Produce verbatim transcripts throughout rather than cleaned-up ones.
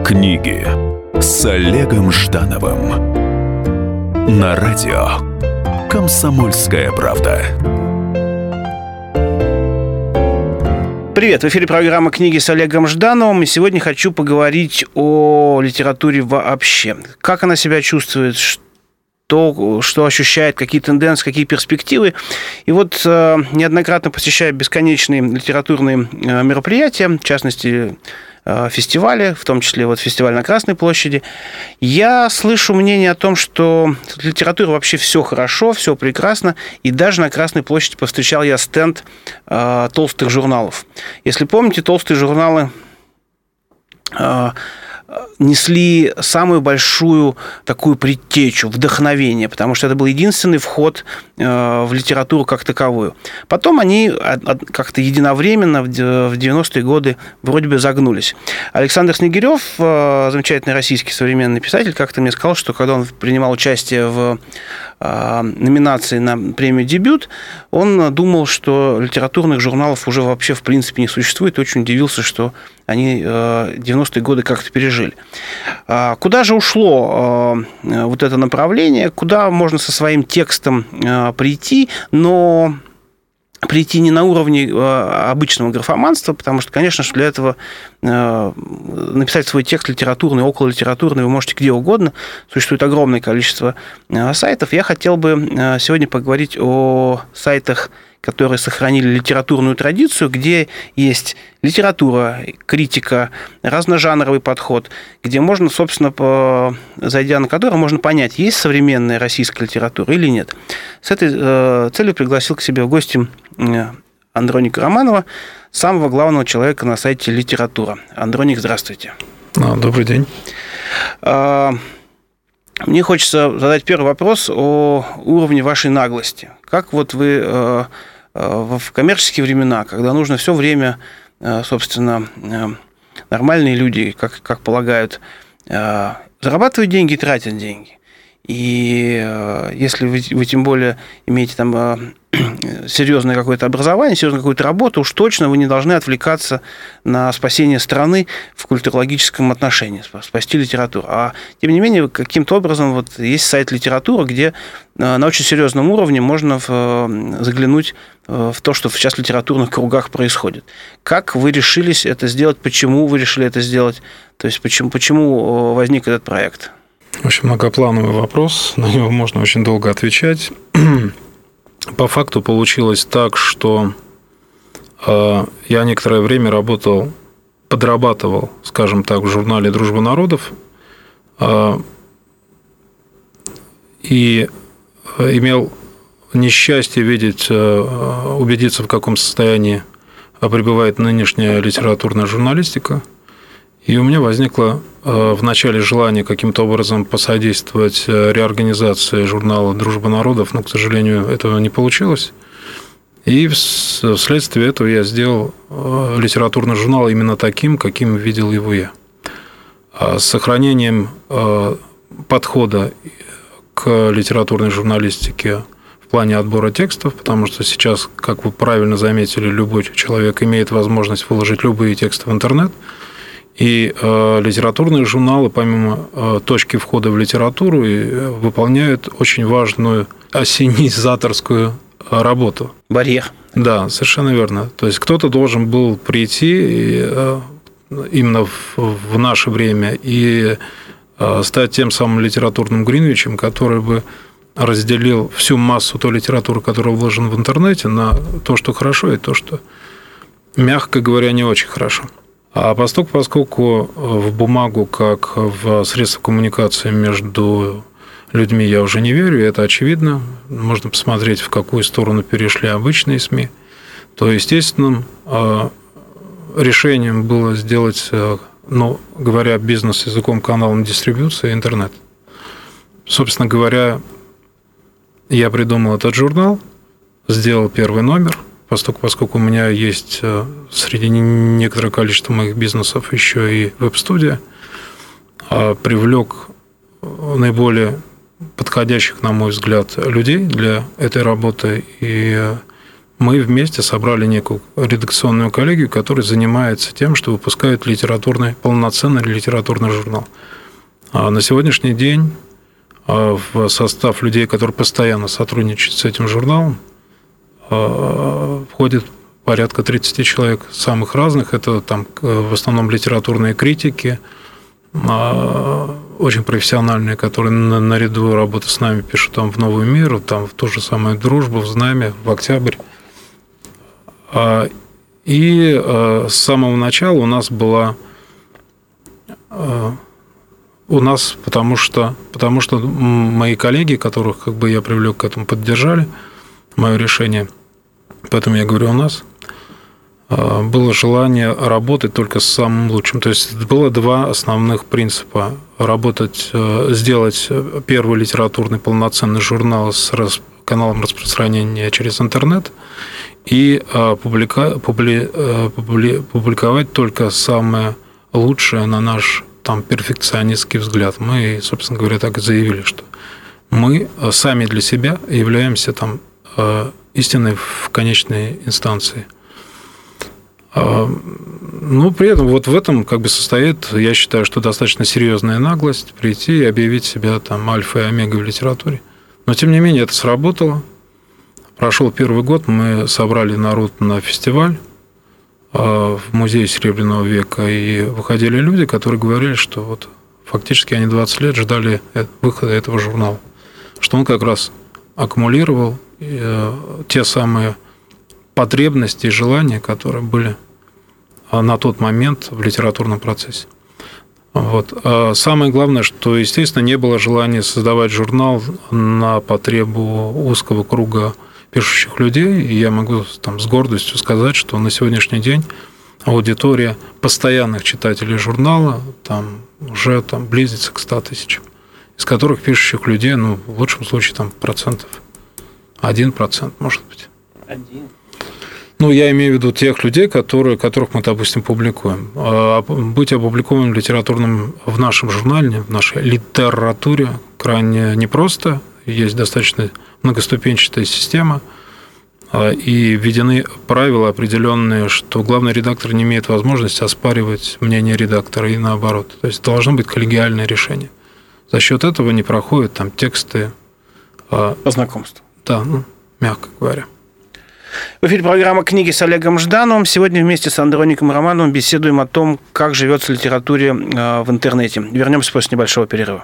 Книги с Олегом Ждановым на радио «Комсомольская правда». Привет, в эфире программа «Книги с Олегом Ждановым», и сегодня хочу поговорить о литературе вообще. Как она себя чувствует, что, что ощущает, какие тенденции, какие перспективы. И вот э, неоднократно посещая бесконечные литературные э, мероприятия, в частности, э, фестивали, в том числе вот фестиваль на Красной площади, я слышу мнение о том, что литература вообще все хорошо, все прекрасно, и даже на Красной площади повстречал я стенд э, толстых журналов. Если помните, толстые журналы э, несли самую большую такую предтечу, вдохновение, потому что это был единственный вход в литературу как таковую. Потом они как-то единовременно в девяностые годы вроде бы загнулись. Александр Снегирев, замечательный российский современный писатель, как-то мне сказал, что когда он принимал участие в номинации на премию «Дебют», он думал, что литературных журналов уже вообще в принципе не существует, и очень удивился, что они девяностые годы как-то пережили. Куда же ушло вот это направление, куда можно со своим текстом прийти, но прийти не на уровне обычного графоманства, потому что, конечно же, для этого написать свой текст литературный, окололитературный вы можете где угодно. Существует огромное количество сайтов. Я хотел бы сегодня поговорить о сайтах, которые сохранили литературную традицию, где есть литература, критика, разножанровый подход, где можно, собственно, по, зайдя на который, можно понять, есть современная российская литература или нет. С этой э, целью пригласил к себе в гости Андроника Романова, самого главного человека на сайте «Литература». Андроник, здравствуйте. А, добрый день. Мне хочется задать первый вопрос о уровне вашей наглости. Как вот вы в коммерческие времена, когда нужно все время, собственно, нормальные люди, как, как полагают, зарабатывают деньги и тратят деньги. И если вы, вы тем более имеете там серьезное какое-то образование, серьезную какую-то работу, уж точно вы не должны отвлекаться на спасение страны в культурологическом отношении, спасти литературу. А тем не менее, каким-то образом вот есть сайт «Литература», где на очень серьезном уровне можно заглянуть в то, что сейчас в литературных кругах происходит. Как вы решились это сделать, почему вы решили это сделать, то есть почему, почему возник этот проект? Очень многоплановый вопрос, на него можно очень долго отвечать. По факту получилось так, что э, я некоторое время работал, подрабатывал, скажем так, в журнале «Дружба народов», э, и имел несчастье видеть, э, убедиться, в каком состоянии пребывает нынешняя литературная журналистика. И у меня возникло в начале желание каким-то образом посодействовать реорганизации журнала «Дружба народов», но, к сожалению, этого не получилось. И вследствие этого я сделал литературный журнал именно таким, каким видел его я. С сохранением подхода к литературной журналистике в плане отбора текстов, потому что сейчас, как вы правильно заметили, любой человек имеет возможность выложить любые тексты в интернет. И э, литературные журналы, помимо э, точки входа в литературу, э, выполняют очень важную ассенизаторскую работу. Барьер. Да, совершенно верно. То есть кто-то должен был прийти и, э, именно в, в наше время и э, стать тем самым литературным Гринвичем, который бы разделил всю массу той литературы, которая вложена в интернете, на то, что хорошо, и то, что, мягко говоря, не очень хорошо. А поскольку, поскольку в бумагу, как в средства коммуникации между людьми, я уже не верю, это очевидно, можно посмотреть, в какую сторону перешли обычные СМИ, то естественным решением было сделать, ну, говоря бизнес-языком, каналом дистрибьюции интернет. Собственно говоря, я придумал этот журнал, сделал первый номер, Поскольку, поскольку у меня есть среди некоторого количества моих бизнесов еще и веб-студия, привлек наиболее подходящих, на мой взгляд, людей для этой работы и мы вместе собрали некую редакционную коллегию, которая занимается тем, что выпускает литературный, полноценный литературный журнал. А на сегодняшний день в состав людей, которые постоянно сотрудничают с этим журналом, входит порядка тридцать человек самых разных. Это там в основном литературные критики, очень профессиональные, которые наряду работы с нами пишут там в «Новый мир», там в ту же самую «Дружбу», в «Знамя», в «Октябрь». И с самого начала у нас была... У нас, потому что, потому что мои коллеги, которых как бы я привлек к этому, поддержали мое решение, поэтому я говорю «у нас», было желание работать только с самым лучшим. То есть было два основных принципа. Работать, сделать первый литературный полноценный журнал с каналом распространения через интернет и публика, публи, публи, публиковать только самое лучшее на наш там перфекционистский взгляд. Мы, собственно говоря, так и заявили, что мы сами для себя являемся там истиной в конечной инстанции. Ну, при этом вот в этом как бы состоит, я считаю, что достаточно серьезная наглость прийти и объявить себя там альфой и омегой в литературе. Но, тем не менее, это сработало. Прошел первый год, мы собрали народ на фестиваль в музее Серебряного века, и выходили люди, которые говорили, что вот фактически они двадцать лет ждали выхода этого журнала, что он как раз аккумулировал те самые потребности и желания, которые были на тот момент в литературном процессе. Вот. А самое главное, что, естественно, не было желания создавать журнал на потребу узкого круга пишущих людей. И я могу там с гордостью сказать, что на сегодняшний день аудитория постоянных читателей журнала там, уже там, близится к ста тысячам, из которых пишущих людей, ну, в лучшем случае, там, процентов один процент, может быть. Один. Ну, я имею в виду тех людей, которые, которых мы, допустим, публикуем. Быть опубликованным литературным в нашем журнале, в нашей литературе крайне непросто. Есть достаточно многоступенчатая система, и введены правила определенные, что главный редактор не имеет возможности оспаривать мнение редактора и наоборот. То есть должно быть коллегиальное решение. За счет этого не проходят там тексты по знакомству. Да, ну, мягко говоря. В эфире программа «Книги» с Олегом Ждановым. Сегодня вместе с Андроником Романовым беседуем о том, как живется литературе в интернете. Вернемся после небольшого перерыва.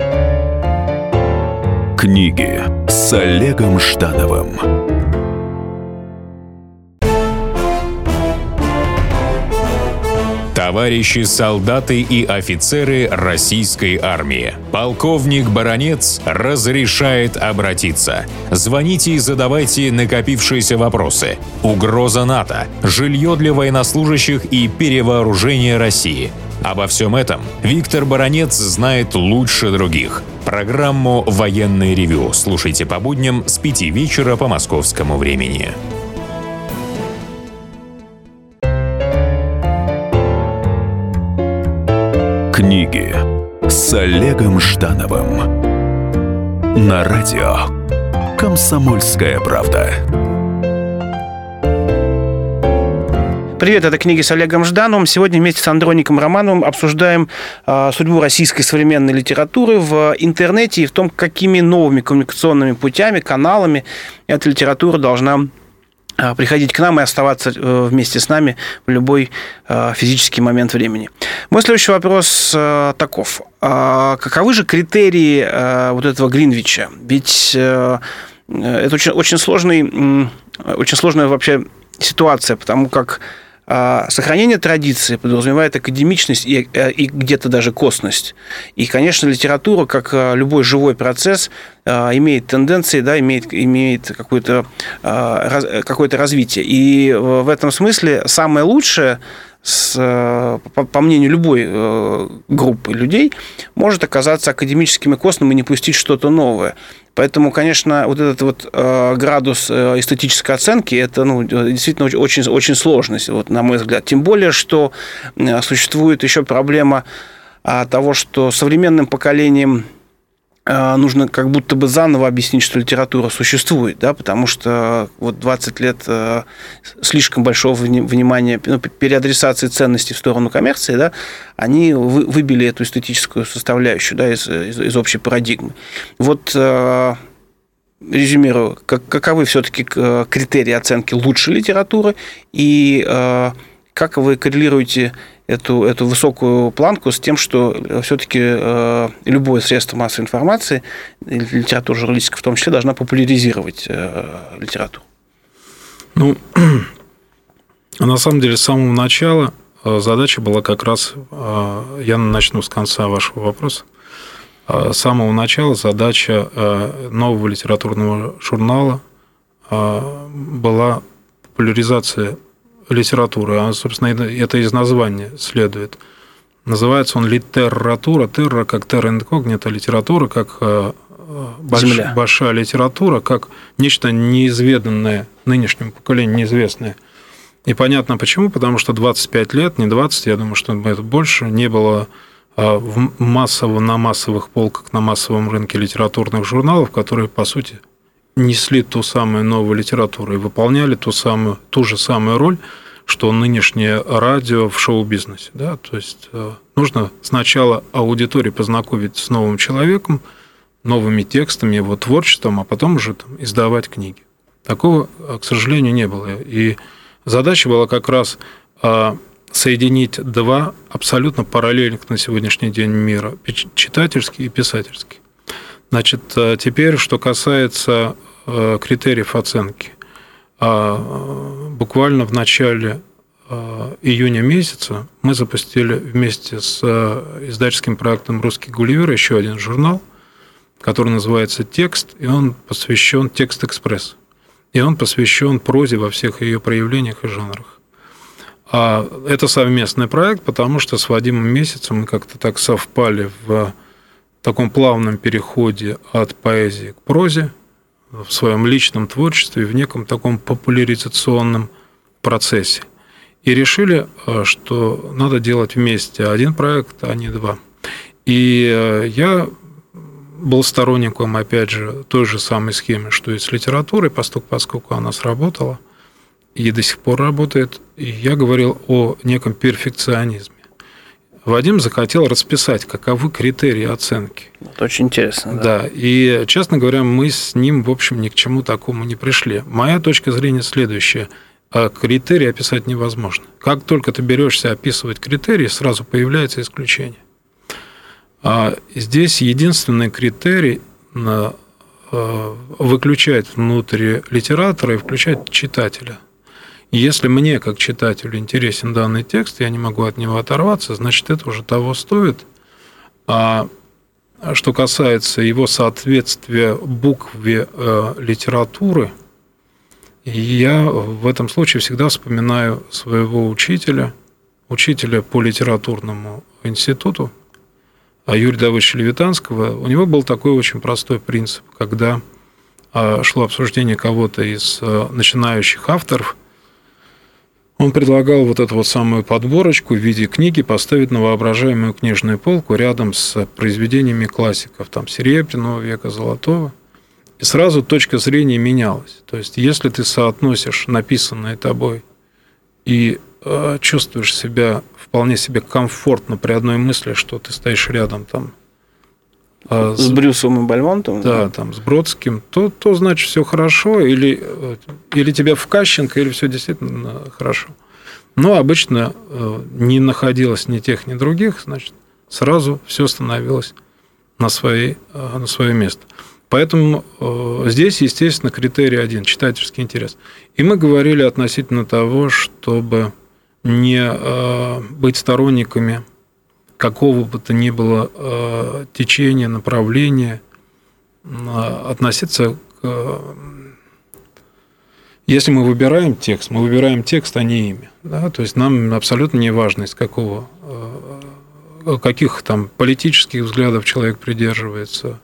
«Книги» с Олегом Ждановым. Товарищи солдаты и офицеры российской армии. Полковник Баранец разрешает обратиться. Звоните и задавайте накопившиеся вопросы. Угроза НАТО, жилье для военнослужащих и перевооружение России. Обо всем этом Виктор Баранец знает лучше других. Программу «Военное ревю» слушайте по будням с пяти вечера по московскому времени. «Книги» с Олегом Ждановым. На радио «Комсомольская правда». Привет, это «Книги» с Олегом Ждановым. Сегодня вместе с Андроником Романовым обсуждаем э, судьбу российской современной литературы в интернете и в том, какими новыми коммуникационными путями, каналами эта литература должна э, приходить к нам и оставаться э, вместе с нами в любой э, физический момент времени. Мой следующий вопрос э, таков. Э, каковы же критерии э, вот этого Гринвича? Ведь э, это очень, очень, сложный, э, очень сложная вообще ситуация, потому как сохранение традиции подразумевает академичность и, и где-то даже косность. И, конечно, литература, как любой живой процесс, имеет тенденции, да, имеет, имеет какое-то, какое-то развитие. И в этом смысле самое лучшее, с, по, по мнению любой группы людей, может оказаться академическим и костным и не пустить что-то новое. Поэтому, конечно, вот этот вот градус эстетической оценки, это, ну, действительно очень, очень сложно, вот, на мой взгляд. Тем более, что существует еще проблема того, что современным поколением нужно как будто бы заново объяснить, что литература существует, да, потому что вот двадцать лет слишком большого внимания, ну, переадресации ценностей в сторону коммерции, да, они выбили эту эстетическую составляющую, да, из, из, из общей парадигмы. Вот резюмирую, как, каковы все-таки критерии оценки лучшей литературы и как вы коррелируете эту, эту высокую планку с тем, что все-таки э, любое средство массовой информации, литература журналистика в том числе, должна популяризировать э, литературу? Ну, на самом деле, с самого начала задача была как раз, я начну с конца вашего вопроса, с самого начала задача нового литературного журнала была популяризация литературы, а, собственно, это из названия следует. Называется он литература, терра как терра инкогнита, литература как больш, большая литература, как нечто неизведанное нынешнему поколению, неизвестное. И понятно почему, потому что двадцать пять лет, не двадцать, я думаю, что это больше, не было массово, на массовых полках, на массовом рынке литературных журналов, которые, по сути, несли ту самую новую литературу и выполняли ту, самую, ту же самую роль, что нынешнее радио в шоу-бизнесе. Да? То есть нужно сначала аудиторию познакомить с новым человеком, новыми текстами, его творчеством, а потом уже там, издавать книги. Такого, к сожалению, не было. И задача была как раз соединить два абсолютно параллельных на сегодняшний день мира – читательский и писательский. Значит, теперь, что касается критериев оценки. Буквально в начале июня месяца мы запустили вместе с издательским проектом «Русский Гулливер» еще один журнал, который называется «Текст», и он посвящен «Текст-экспресс». И он посвящен прозе во всех ее проявлениях и жанрах. Это совместный проект, потому что с Вадимом Месяцем мы как-то так совпали в таком плавном переходе от поэзии к прозе, в своем личном творчестве, в неком таком популяризационном процессе. И решили, что надо делать вместе один проект, а не два. И я был сторонником, опять же, той же самой схемы, что и с литературой, поскольку она сработала и до сих пор работает. И я говорил о неком перфекционизме. Вадим захотел расписать, каковы критерии оценки. Это очень интересно. Да. Да, и, честно говоря, мы с ним, в общем, ни к чему такому не пришли. Моя точка зрения следующая. Критерии описать невозможно. Как только ты берешься описывать критерии, сразу появляется исключение. Здесь единственный критерий выключать внутрь литератора и включать читателя. Если мне, как читателю, интересен данный текст, я не могу от него оторваться, значит, это уже того стоит. А что касается его соответствия букве э, литературы, я в этом случае всегда вспоминаю своего учителя, учителя по литературному институту, Юрия Давыдовича Левитанского. У него был такой очень простой принцип, когда шло обсуждение кого-то из начинающих авторов, он предлагал вот эту вот самую подборочку в виде книги поставить на воображаемую книжную полку рядом с произведениями классиков, там, Серебряного века, Золотого. И сразу точка зрения менялась. То есть, если ты соотносишь написанное тобой и э, чувствуешь себя вполне себе комфортно при одной мысли, что ты стоишь рядом там, э, с, с Брюсом и Бальмонтом, да, да, там, с Бродским, то, то значит все хорошо, или, или тебя в Кащенко, или все действительно хорошо. Но обычно э, не находилось ни тех, ни других, значит, сразу все становилось на, свои, э, на свое место. Поэтому здесь, естественно, критерий один – читательский интерес. И мы говорили относительно того, чтобы не быть сторонниками какого бы то ни было течения, направления, относиться к… Если мы выбираем текст, мы выбираем текст, а не имя. Да? То есть нам абсолютно не важно, из какого, каких там политических взглядов человек придерживается,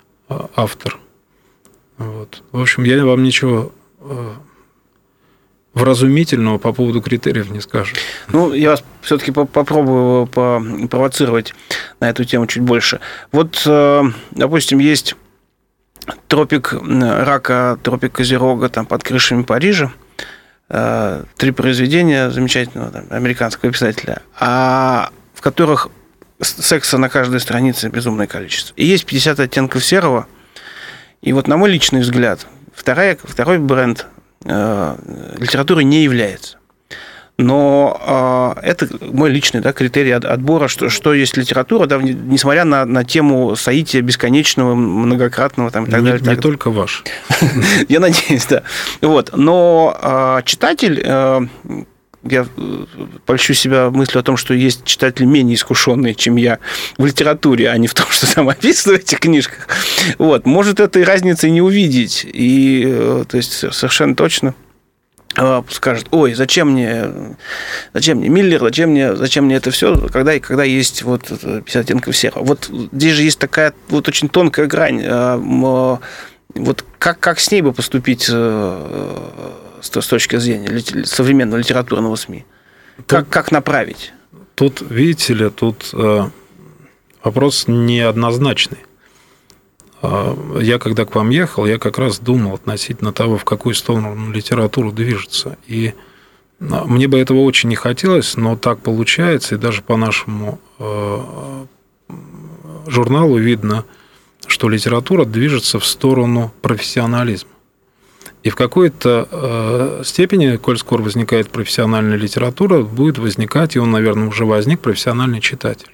автор. Вот. В общем, я вам ничего вразумительного по поводу критериев не скажет. Ну, я вас все-таки попробую провоцировать на эту тему чуть больше. Вот, допустим, есть тропик рака, тропик Козерога там, под крышами Парижа. Три произведения замечательного там, американского писателя, а в которых секса на каждой странице безумное количество. И есть пятьдесят оттенков серого. И вот, на мой личный взгляд, вторая, второй бренд э, литературы не является. Но э, это мой личный, да, критерий отбора, что, что есть литература, да, несмотря на, на тему соития бесконечного, многократного там, и так не, далее. Не так только ваш. Я надеюсь, да. Вот. Но э, читатель, э, я польщу себя мыслью о том, что есть читатели менее искушенные, чем я в литературе, а не в том, что там описано в этих книжках. Вот. Может этой разницы не увидеть. И, э, то есть, совершенно точно скажет: ой, зачем мне, зачем мне Миллер, зачем мне, зачем мне это все, когда, когда есть вот пятьдесят оттенков серого. Вот здесь же есть такая вот очень тонкая грань. Вот как, как с ней бы поступить с точки зрения современного литературного СМИ? Как, как направить? Тут, видите ли, тут вопрос неоднозначный. Я, когда к вам ехал, я как раз думал относительно того, в какую сторону литература движется. И мне бы этого очень не хотелось, но так получается, и даже по нашему журналу видно, что литература движется в сторону профессионализма. И в какой-то степени, коль скоро возникает профессиональная литература, будет возникать, и он, наверное, уже возник, профессиональный читатель.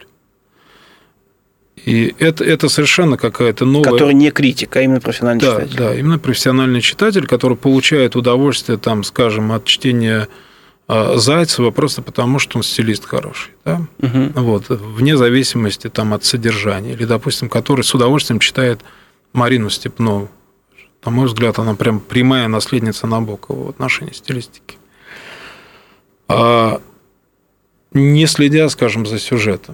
И это, это совершенно какая-то новая... Который не критик, а именно профессиональный да, читатель. Да, именно профессиональный читатель, который получает удовольствие, там, скажем, от чтения Зайцева просто потому, что он стилист хороший. Да? Угу. Вот, вне зависимости там, от содержания. Или, допустим, который с удовольствием читает Марину Степнову. На мой взгляд, она прям прямая наследница Набокова в отношении стилистики. А не следя, скажем, за сюжетом.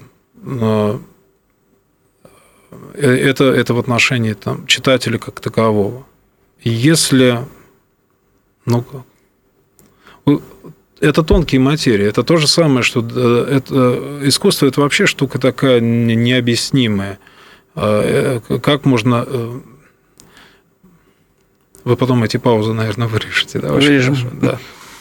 Это, это в отношении там, читателя как такового. Если... Ну, это тонкие материи. Это то же самое, что это, искусство – это вообще штука такая необъяснимая. Как можно... Вы потом эти паузы, наверное, вырежете. Да, Вырежем. Да.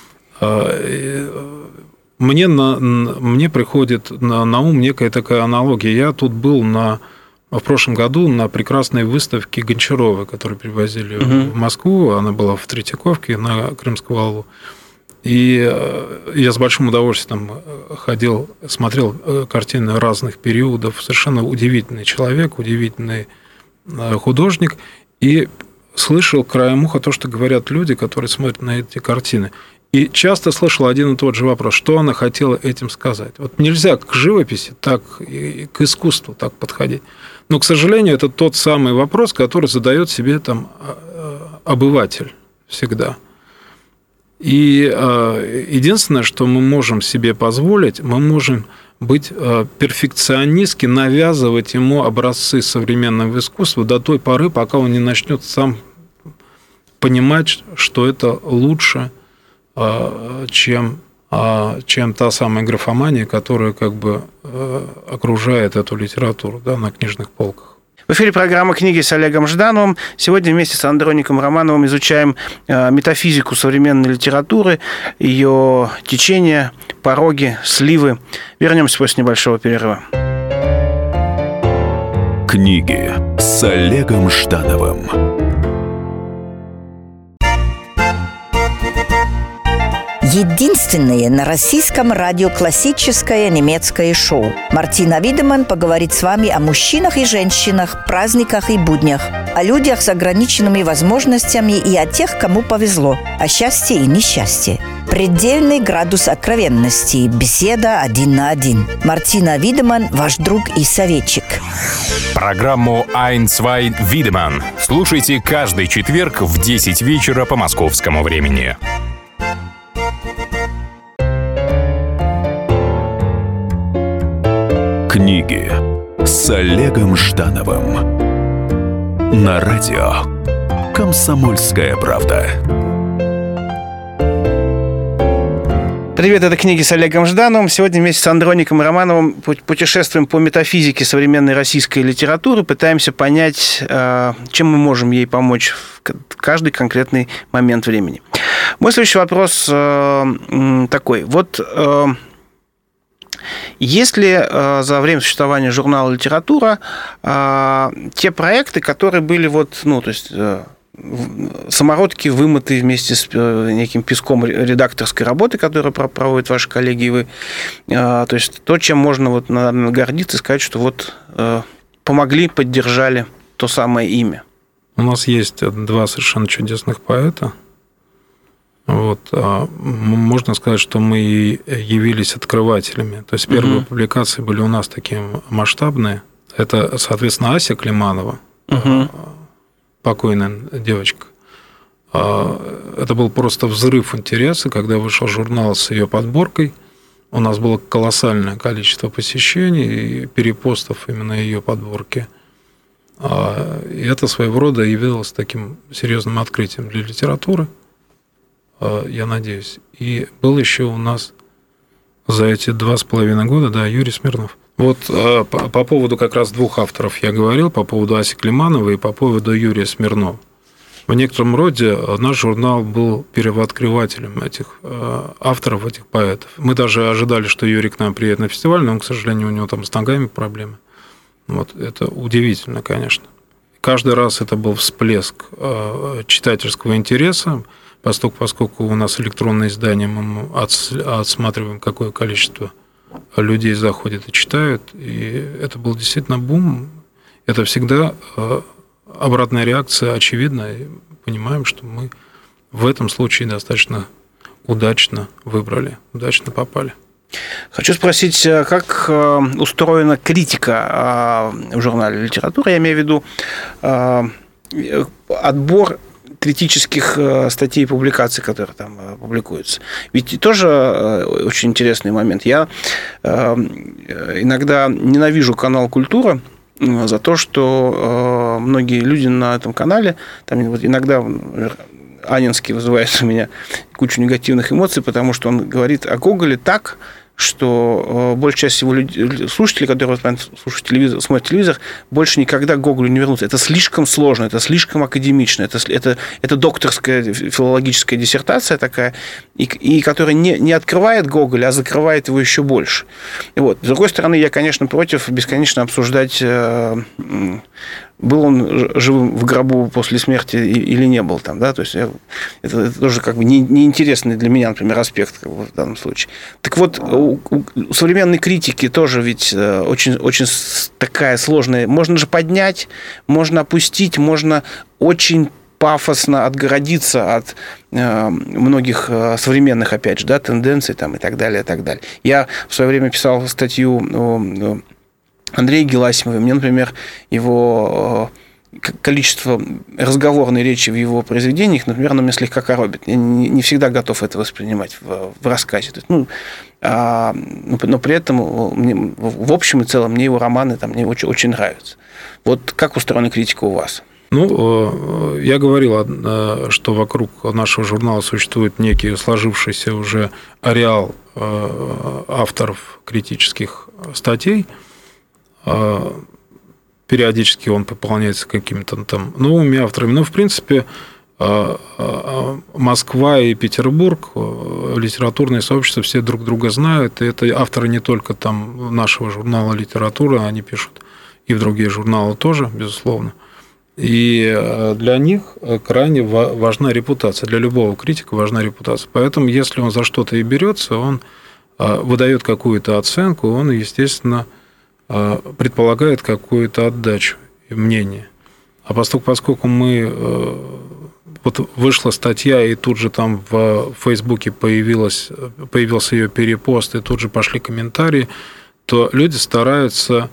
Мне, на, мне приходит на, на ум некая такая аналогия. Я тут был на... В прошлом году на прекрасной выставке Гончаровой, которую привозили uh-huh. в Москву, она была в Третьяковке на Крымском валу. И я с большим удовольствием там ходил, смотрел картины разных периодов. Совершенно удивительный человек, удивительный художник. И слышал краем уха то, что говорят люди, которые смотрят на эти картины. И часто слышал один и тот же вопрос, что она хотела этим сказать. Вот нельзя к живописи, так и к искусству так подходить. Но, к сожалению, это тот самый вопрос, который задает себе там обыватель всегда. И единственное, что мы можем себе позволить, мы можем быть перфекционистски, навязывать ему образцы современного искусства до той поры, пока он не начнет сам понимать, что это лучше, чем, чем та самая графомания, которая как бы окружает эту литературу, да, на книжных полках. В эфире программа «Книги» с Олегом Ждановым. Сегодня вместе с Андроником Романовым изучаем метафизику современной литературы, ее течение, пороги, сливы. Вернемся после небольшого перерыва. «Книги» с Олегом Ждановым. Единственное на российском радио классическое немецкое шоу. Мартина Видеман поговорит с вами о мужчинах и женщинах, праздниках и буднях, о людях с ограниченными возможностями и о тех, кому повезло, о счастье и несчастье. Предельный градус откровенности. Беседа один на один. Мартина Видеман, ваш друг и советчик. Программу «Ein, zwei, Видеман» слушайте каждый четверг в десять вечера по московскому времени. «Книги» с Олегом Ждановым. На радио «Комсомольская правда». Привет, это «Книги с Олегом Ждановым». Сегодня вместе с Андроником и Романовым путешествуем по метафизике современной российской литературы, пытаемся понять, чем мы можем ей помочь в каждый конкретный момент времени. Мой следующий вопрос такой. Вот есть ли за время существования журнала «Литература» те проекты, которые были вот, ну, то есть... самородки, вымытые вместе с неким песком редакторской работы, которую проводят ваши коллеги и вы. То есть то, чем можно вот, наверное, гордиться и сказать, что вот помогли, поддержали то самое имя. У нас есть два совершенно чудесных поэта. Вот. Можно сказать, что мы явились открывателями. То есть первые угу. публикации были у нас такие масштабные. Это, соответственно, Ася Климанова, угу. покойная девочка. Это был просто взрыв интереса, когда вышел журнал с ее подборкой. У нас было колоссальное количество посещений и перепостов именно ее подборки. И это своего рода явилось таким серьезным открытием для литературы, я надеюсь. И был еще у нас за эти два с половиной года, да, Юрий Смирнов. Вот по, по поводу как раз двух авторов я говорил, по поводу Аси Климановой и по поводу Юрия Смирнова. В некотором роде наш журнал был первооткрывателем этих авторов, этих поэтов. Мы даже ожидали, что Юрий к нам приедет на фестиваль, но, к сожалению, у него там с ногами проблемы. Вот, это удивительно, конечно. Каждый раз это был всплеск читательского интереса, поскольку, поскольку у нас электронное издание, мы отсматриваем, какое количество людей заходят и читают, и это был действительно бум. Это всегда обратная реакция очевидна, и понимаем, что мы в этом случае достаточно удачно выбрали, удачно попали. Хочу спросить, как устроена критика в журнале «Литература», я имею в виду отбор критических статей и публикаций, которые там публикуются. Ведь тоже очень интересный момент. Я иногда ненавижу канал «Культура» за то, что многие люди на этом канале, там вот иногда Анинский вызывает у меня кучу негативных эмоций, потому что он говорит о Гоголе так, что большая часть его людей, слушателей, которые слушают телевизор, смотрят телевизор, больше никогда к Гоголю не вернутся. Это слишком сложно, это слишком академично, это, это, это докторская филологическая диссертация такая, и, и которая не, не открывает Гоголя, а закрывает его еще больше. Вот. С другой стороны, я, конечно, против бесконечно обсуждать, был он живым в гробу после смерти или не был там, да, то есть я, это, это тоже как бы не, неинтересный для меня, например, аспект как бы, в данном случае. Так вот, у, у современной критики тоже ведь очень, очень такая сложная, можно же поднять, можно опустить, можно очень пафосно отгородиться от э, многих э, современных, опять же, да, тенденций там, и так далее, и так далее. Я в свое время писал статью о, о Андрея Геласимова. Мне, например, его количество разговорной речи в его произведениях, например, оно меня слегка коробит. Я не, не всегда готов это воспринимать в, в рассказе. То есть, ну, а, но при этом мне, в общем и целом мне его романы там, мне очень, очень нравятся. Вот как устроена критика у вас? Ну, я говорил, что вокруг нашего журнала существует некий сложившийся уже ареал авторов критических статей. Периодически он пополняется какими-то там новыми авторами. Но, в принципе, Москва и Петербург, литературные сообщества, все друг друга знают. И это авторы не только там нашего журнала «Литература», они пишут и в другие журналы тоже, безусловно. И для них крайне важна репутация. Для любого критика важна репутация. Поэтому, если он за что-то и берется, он выдает какую-то оценку, он, естественно, предполагает какую-то отдачу и мнение. А поскольку, поскольку мы... Вот вышла статья, и тут же там в Фейсбуке появилась, появился ее перепост, и тут же пошли комментарии, то люди стараются,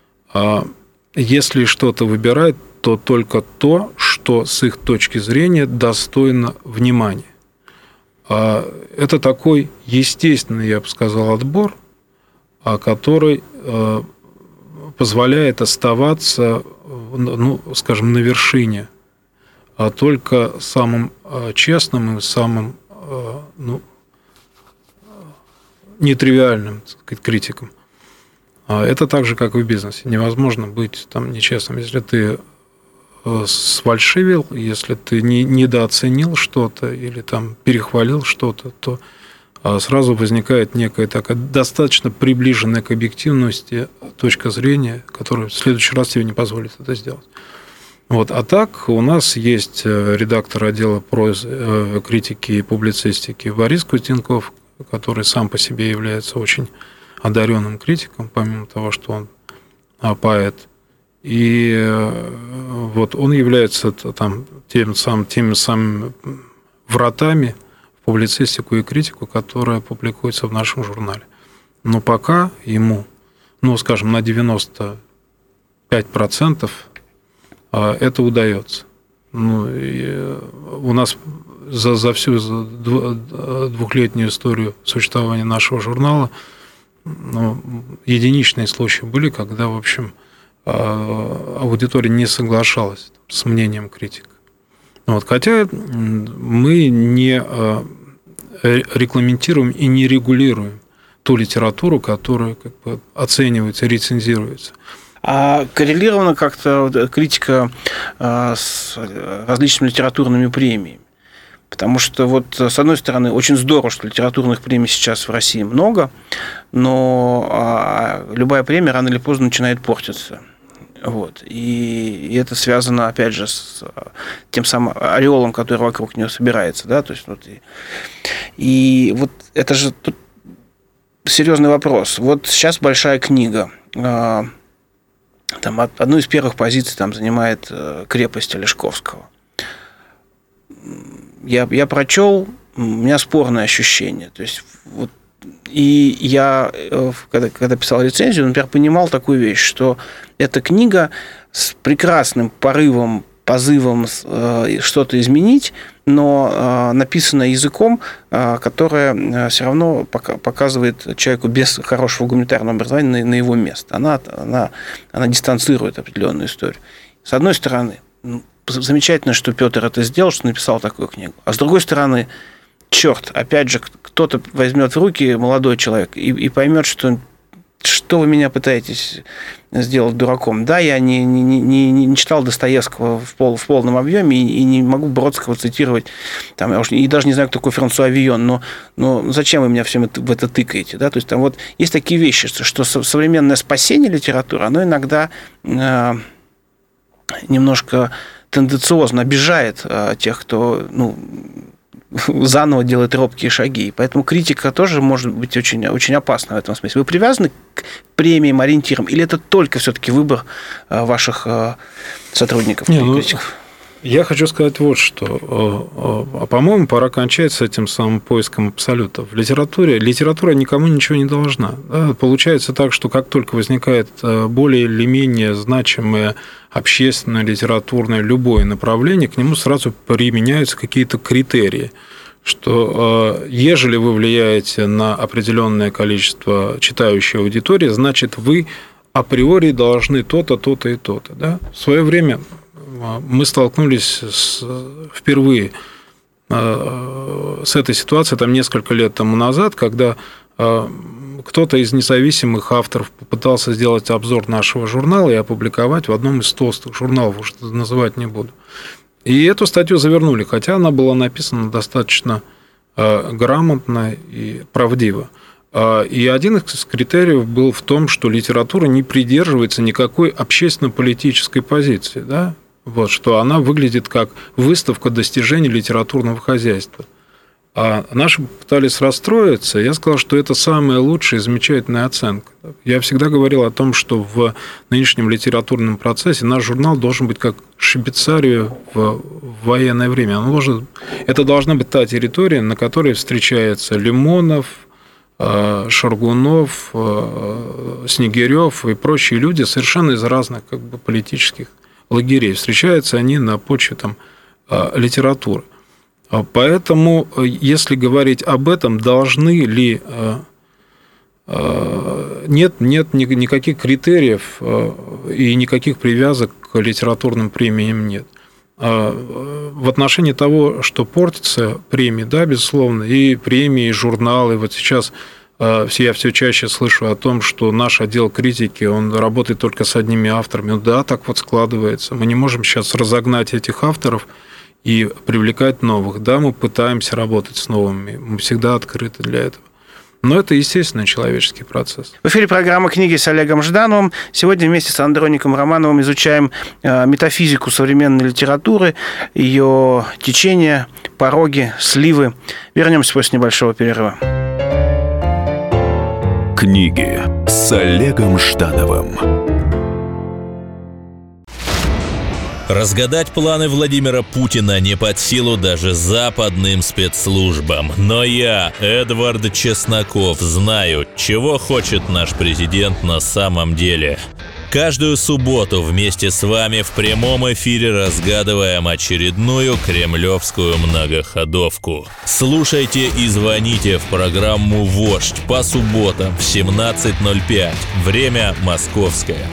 если что-то выбирать, то только то, что с их точки зрения достойно внимания. Это такой естественный, я бы сказал, отбор, который позволяет оставаться, ну, скажем, на вершине, а только самым честным и самым, ну, нетривиальным, так сказать, критиком. Это так же, как и в бизнесе. Невозможно быть там нечестным. Если ты сфальшивил, если ты не, недооценил что-то или там перехвалил что-то, то сразу возникает некая такая достаточно приближенная к объективности точка зрения, которая в следующий раз тебе не позволит это сделать. Вот. А так у нас есть редактор отдела прозы, критики и публицистики Борис Кустенков, который сам по себе является очень одаренным критиком, помимо того, что он поэт. И вот он является там тем самым, теми самыми вратами в публицистику и критику, которая публикуется в нашем журнале. Но пока ему, ну, скажем, на девяносто пять процентов это удается. Ну, у нас за, за всю за двухлетнюю историю существования нашего журнала ну, единичные случаи были, когда, в общем, аудитория не соглашалась с мнением критика. Вот. Хотя мы не регламентируем и не регулируем ту литературу, которая как бы оценивается, рецензируется. А коррелирована как-то критика с различными литературными премиями? Потому что, вот, с одной стороны, очень здорово, что литературных премий сейчас в России много, но любая премия рано или поздно начинает портиться. Вот. И это связано, опять же, с тем самым ореолом, который вокруг нее собирается. Да? То есть, вот, и, и вот это же тут серьезный вопрос. Вот сейчас большая книга. Там одну из первых позиций там занимает «Крепость» Олешковского. Я, я прочел, у меня спорное ощущение. То есть, вот, и я, когда, когда писал рецензию, например, понимал такую вещь, что эта книга с прекрасным порывом, позывом что-то изменить, но написана языком, которое все равно показывает человеку без хорошего гуманитарного образования на его место. Она, она, она дистанцирует определенную историю. С одной стороны, замечательно, что Петр это сделал, что написал такую книгу. А с другой стороны, черт, опять же, кто-то возьмет в руки, молодой человек, и, и поймет, что что вы меня пытаетесь сделать дураком. Да, я не, не, не, не читал Достоевского в, пол, в полном объеме и, и не могу Бродского цитировать, там, я уж, и даже не знаю, кто такой Франсуа Вийон, но, но зачем вы меня всем это, в это тыкаете? Да? То есть, там вот есть такие вещи, что современное спасение литературы, оно иногда э, немножко тенденциозно обижает э, тех, кто ну, заново делает робкие шаги. И поэтому критика тоже может быть очень, очень опасна в этом смысле. Вы привязаны к премиям, ориентирам, или это только все-таки выбор э, ваших э, сотрудников, Не, ну, критиков? Я хочу сказать вот что. А, по-моему, пора кончать с этим самым поиском абсолютов. В литературе литература никому ничего не должна. Да? Получается так, что как только возникает более или менее значимое общественное, литературное, любое направление, к нему сразу применяются какие-то критерии, что ежели вы влияете на определенное количество читающей аудитории, значит, вы априори должны то-то, то-то и то-то. Да? В свое время мы столкнулись с, впервые с этой ситуацией там, несколько лет тому назад, когда кто-то из независимых авторов попытался сделать обзор нашего журнала и опубликовать в одном из толстых журналов, уж называть не буду. И эту статью завернули, хотя она была написана достаточно грамотно и правдиво. И один из критериев был в том, что литература не придерживается никакой общественно-политической позиции, да? Вот, что она выглядит как выставка достижений литературного хозяйства. А наши пытались расстроиться, я сказал, что это самая лучшая и замечательная оценка. Я всегда говорил о том, что в нынешнем литературном процессе наш журнал должен быть как Швейцария в военное время. Он должен, это должна быть та территория, на которой встречается Лимонов, Шаргунов, Снегирев и прочие люди совершенно из разных как бы, политических лагерей. Встречаются они на почве там, литературы. Поэтому, если говорить об этом, должны ли... Нет, нет никаких критериев и никаких привязок к литературным премиям нет. В отношении того, что портятся премии, да, безусловно, и премии, и журналы. Вот сейчас я все чаще слышу о том, что наш отдел критики, он работает только с одними авторами. Ну да, так вот складывается. Мы не можем сейчас разогнать этих авторов и привлекать новых. Да, мы пытаемся работать с новыми, мы всегда открыты для этого. Но это естественный человеческий процесс. В эфире программа «Книги» с Олегом Ждановым. Сегодня вместе с Андроником Романовым изучаем метафизику современной литературы, ее течение, пороги, сливы. Вернемся после небольшого перерыва. Книги с Олегом Ждановым. Разгадать планы Владимира Путина не под силу даже западным спецслужбам. Но я, Эдвард Чесноков, знаю, чего хочет наш президент на самом деле. Каждую субботу вместе с вами в прямом эфире разгадываем очередную кремлевскую многоходовку. Слушайте и звоните в программу «Вождь» по субботам в семнадцать ноль пять. Время московское.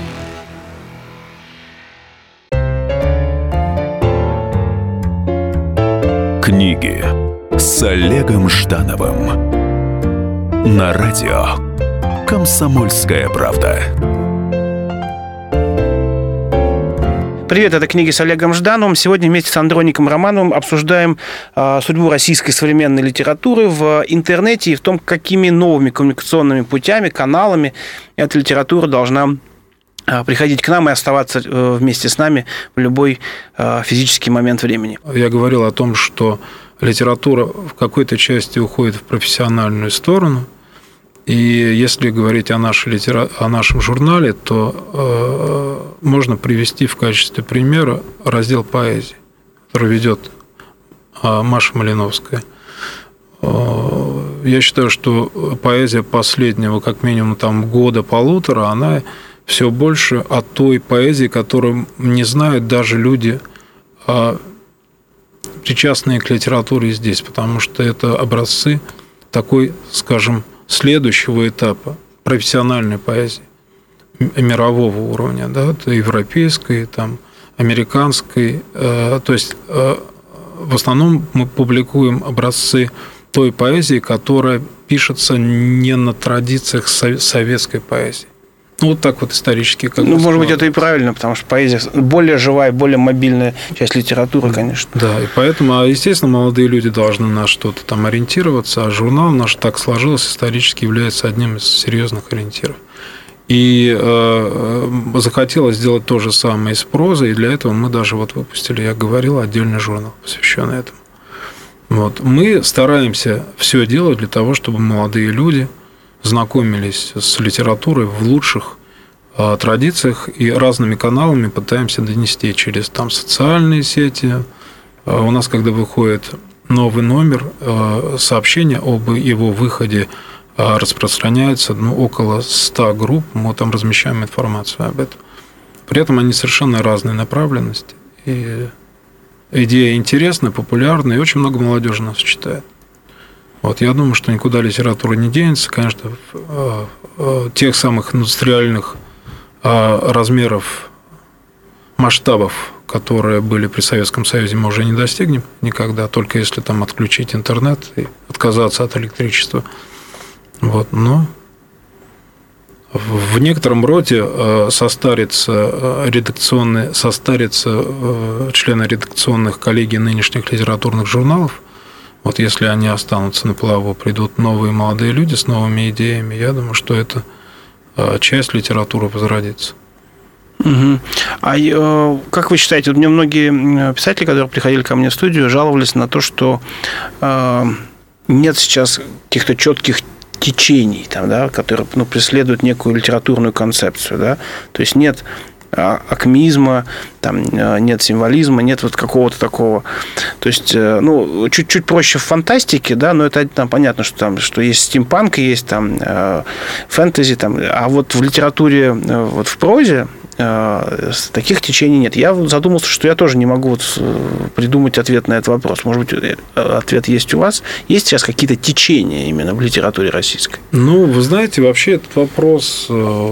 Книги с Олегом Ждановым. На радио «Комсомольская правда». Привет, это «Книги с Олегом Ждановым». Сегодня вместе с Андроником Романовым обсуждаем э, судьбу российской современной литературы в интернете и в том, какими новыми коммуникационными путями, каналами эта литература должна э, приходить к нам и оставаться э, вместе с нами в любой э, физический момент времени. Я говорил о том, что литература в какой-то части уходит в профессиональную сторону. И если говорить о, нашей литера... о нашем журнале, то э, можно привести в качестве примера раздел поэзии, который ведет э, Маша Малиновская. Э, я считаю, что поэзия последнего, как минимум, там, года-полутора, она все больше от той поэзии, которую не знают даже люди, э, причастные к литературе здесь, потому что это образцы такой, скажем, следующего этапа профессиональной поэзии мирового уровня, да, европейской, там, американской. То есть в основном мы публикуем образцы той поэзии, которая пишется не на традициях советской поэзии. Ну, вот так вот исторически. Как ну, может быть, это и правильно, потому что поэзия более живая, более мобильная часть литературы, конечно. Да, и поэтому, естественно, молодые люди должны на что-то там ориентироваться, а журнал наш так сложилось, исторически является одним из серьезных ориентиров. И э, захотелось сделать то же самое и с прозой, и для этого мы даже вот выпустили, я говорил, отдельный журнал, посвященный этому. Вот. Мы стараемся все делать для того, чтобы молодые люди знакомились с литературой в лучших а, традициях и разными каналами пытаемся донести через там, социальные сети. А, у нас, когда выходит новый номер, а, сообщение об его выходе а, распространяется ну, около ста групп, мы там размещаем информацию об этом. При этом они совершенно разной направленности. И идея интересная, популярная, и очень много молодежи нас читает. Вот, я думаю, что никуда литература не денется. Конечно, тех самых индустриальных размеров, масштабов, которые были при Советском Союзе, мы уже не достигнем никогда, только если там отключить интернет и отказаться от электричества. Вот, но в некотором роде состарится редакционные, состарится члены редакционных коллегий нынешних литературных журналов. Вот если они останутся на плаву, придут новые молодые люди с новыми идеями, я думаю, что эта часть литературы возродится. Угу. А как вы считаете, вот мне многие писатели, которые приходили ко мне в студию, жаловались на то, что нет сейчас каких-то четких течений, там, да, которые ну, преследуют некую литературную концепцию. Да? То есть нет акмеизма, там нет символизма, нет вот какого-то такого. То есть, ну, чуть-чуть проще в фантастике, да, но это там понятно, что там что есть стимпанк, есть там фэнтези, там, а вот в литературе, вот в прозе таких течений нет. Я задумался, что я тоже не могу вот придумать ответ на этот вопрос. Может быть, ответ есть у вас? Есть сейчас какие-то течения именно в литературе российской? Ну, вы знаете, вообще этот вопрос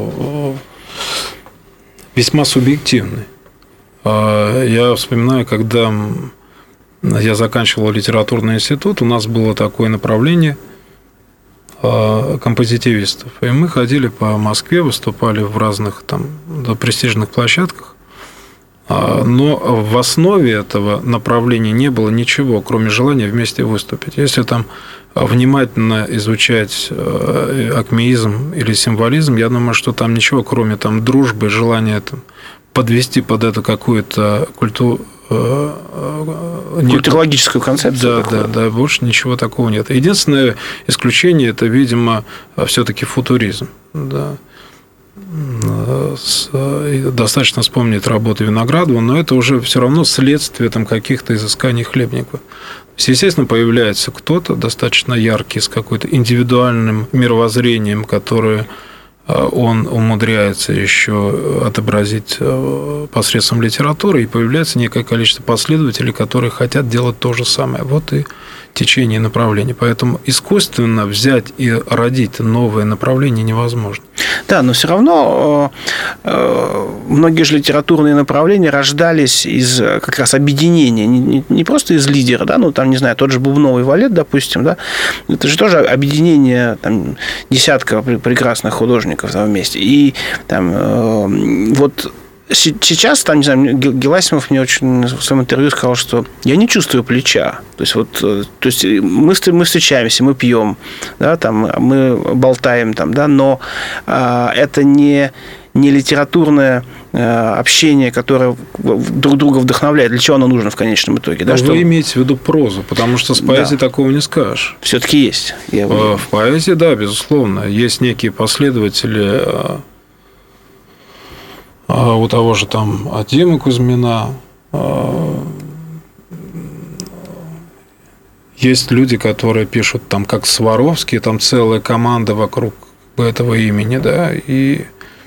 весьма субъективный. Я вспоминаю, когда я заканчивал литературный институт, у нас было такое направление композитивистов. И мы ходили по Москве, выступали в разных там престижных площадках. Но в основе этого направления не было ничего, кроме желания вместе выступить. Если там внимательно изучать акмеизм или символизм, я думаю, что там ничего, кроме там дружбы, желания там, подвести под это какую-то культуру, культурологическую концепцию. Да, да, да, больше ничего такого нет. Единственное исключение – это, видимо, все-таки футуризм. Да. Достаточно вспомнить работу Виноградова, но это уже все равно следствие там, каких-то изысканий Хлебникова. Естественно, появляется кто-то достаточно яркий, с какой-то индивидуальным мировоззрением, которое он умудряется еще отобразить посредством литературы, и появляется некое количество последователей, которые хотят делать то же самое. Вот и течение и направление. Поэтому искусственно взять и родить новое направление невозможно. Да, но все равно многие же литературные направления рождались из как раз объединения, не, не просто из лидера, да, ну там, не знаю, тот же Бубновый Валет, допустим, да, это же тоже объединение там, десятка прекрасных художников там вместе. И там вот сейчас, там, не знаю, Геласимов мне очень в своем интервью сказал, что я не чувствую плеча. То есть, вот, то есть мы, мы встречаемся, мы пьем, да, там, мы болтаем, там, да, но а, это не, не литературное а, общение, которое друг друга вдохновляет. Для чего оно нужно в конечном итоге? Да, вы что... имеете в виду прозу, потому что с поэзией да. такого не скажешь. Все-таки есть. Я... В поэзии, да, безусловно. Есть некие последователи... У того же там Димы Кузьмина есть люди, которые пишут там как Сваровский, там целая команда вокруг этого имени, да, и,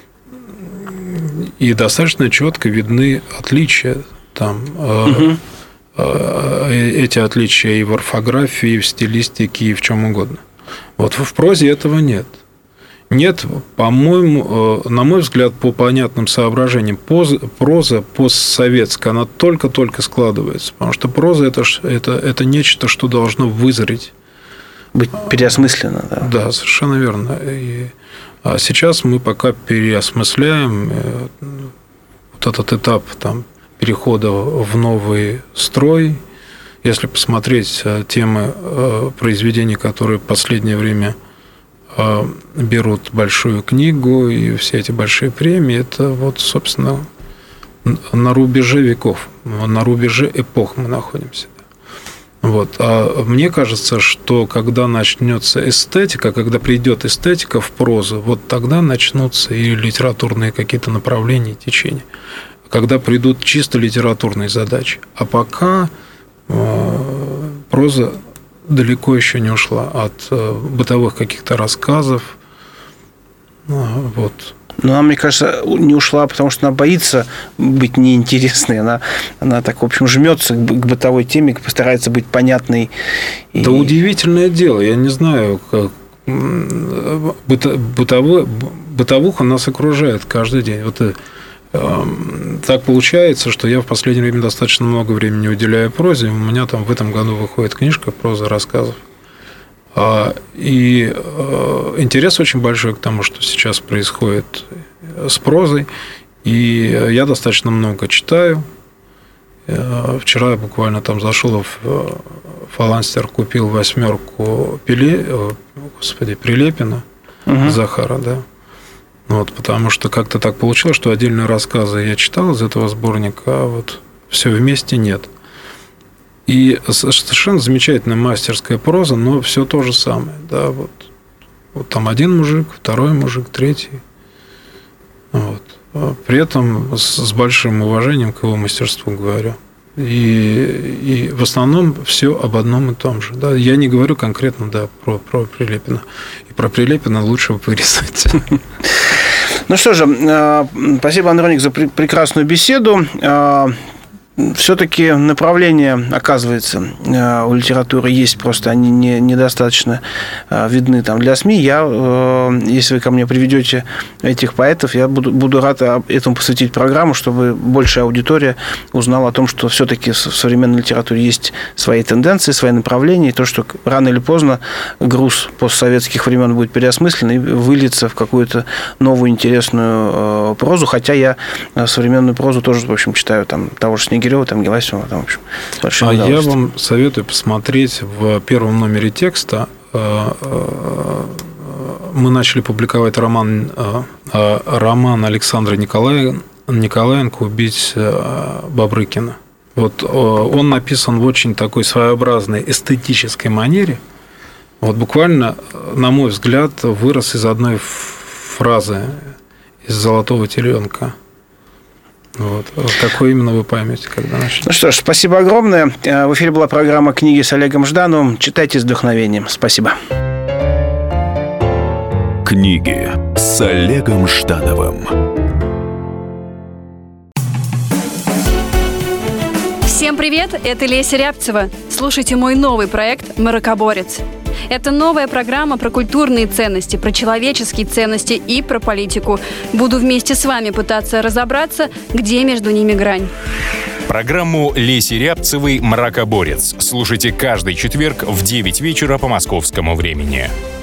и достаточно четко видны отличия там. Угу. Эти отличия и в орфографии, и в стилистике, и в чем угодно. Вот в прозе этого нет. Нет, по-моему, на мой взгляд, по понятным соображениям, проза постсоветская, она только-только складывается. Потому что проза это, – это, это нечто, что должно вызреть. Быть переосмысленно. Да, да, совершенно верно. И сейчас мы пока переосмысляем вот этот этап там, перехода в новый строй. Если посмотреть темы произведений, которые в последнее время берут большую книгу и все эти большие премии, это вот, собственно, на рубеже веков, на рубеже эпох мы находимся. Вот. А мне кажется, что когда начнется эстетика, когда придет эстетика в прозу, вот тогда начнутся и литературные какие-то направления, течения. Когда придут чисто литературные задачи. А пока проза далеко еще не ушла от бытовых каких-то рассказов. Вот. Но она, мне кажется, не ушла, потому что она боится быть неинтересной. Она, она так, в общем, жмется к бытовой теме, постарается быть понятной. И... Да удивительное дело. Я не знаю, как быто... бытовой... бытовуха нас окружает каждый день. Вот так получается, что я в последнее время достаточно много времени уделяю прозе. У меня там в этом году выходит книжка «Проза рассказов». И интерес очень большой к тому, что сейчас происходит с прозой. И я достаточно много читаю. Вчера я буквально там зашел в Фаланстер, купил восьмерку Пеле... Господи, Прилепина, угу. Захара, да. Вот, потому что как-то так получилось, что отдельные рассказы я читал из этого сборника, а вот все вместе нет. И совершенно замечательная мастерская проза, но все то же самое. Да, вот. Вот там один мужик, второй мужик, третий. Вот. При этом с большим уважением к его мастерству говорю. И, и в основном все об одном и том же. Да. Я не говорю конкретно да, про, про Прилепина. И про Прилепина лучше вырезать. Ну что же, спасибо, Андроник, за прекрасную беседу. все-таки направления, оказывается, у литературы есть, просто они не, недостаточно видны там для СМИ. Я, если вы ко мне приведете этих поэтов, я буду, буду рад этому посвятить программу, чтобы большая аудитория узнала о том, что все-таки в современной литературе есть свои тенденции, свои направления, и то, что рано или поздно груз постсоветских времен будет переосмыслен и выльется в какую-то новую интересную прозу, хотя я современную прозу тоже, в общем, читаю там того же Снегирева, там Геласимова, там, в общем, с большим А удовольствием. я вам советую посмотреть в первом номере текста. Мы начали публиковать роман, роман Александра Николаенко Николаенко «Убить Бабрыкина». Вот он написан в очень такой своеобразной эстетической манере. Вот буквально, на мой взгляд, вырос из одной фразы из «Золотого теленка». Вот. Какой именно вы поймете, когда начнете? Ну что ж, спасибо огромное. В эфире была программа «Книги» с Олегом Ждановым. Читайте с вдохновением. Спасибо. Книги с Олегом Ждановым. Всем привет, это Леся Рябцева. Слушайте мой новый проект «Мракоборец». Это новая программа про культурные ценности, про человеческие ценности и про политику. Буду вместе с вами пытаться разобраться, где между ними грань. Программу Леси Рябцевой «Мракоборец» слушайте каждый четверг в девять вечера по московскому времени.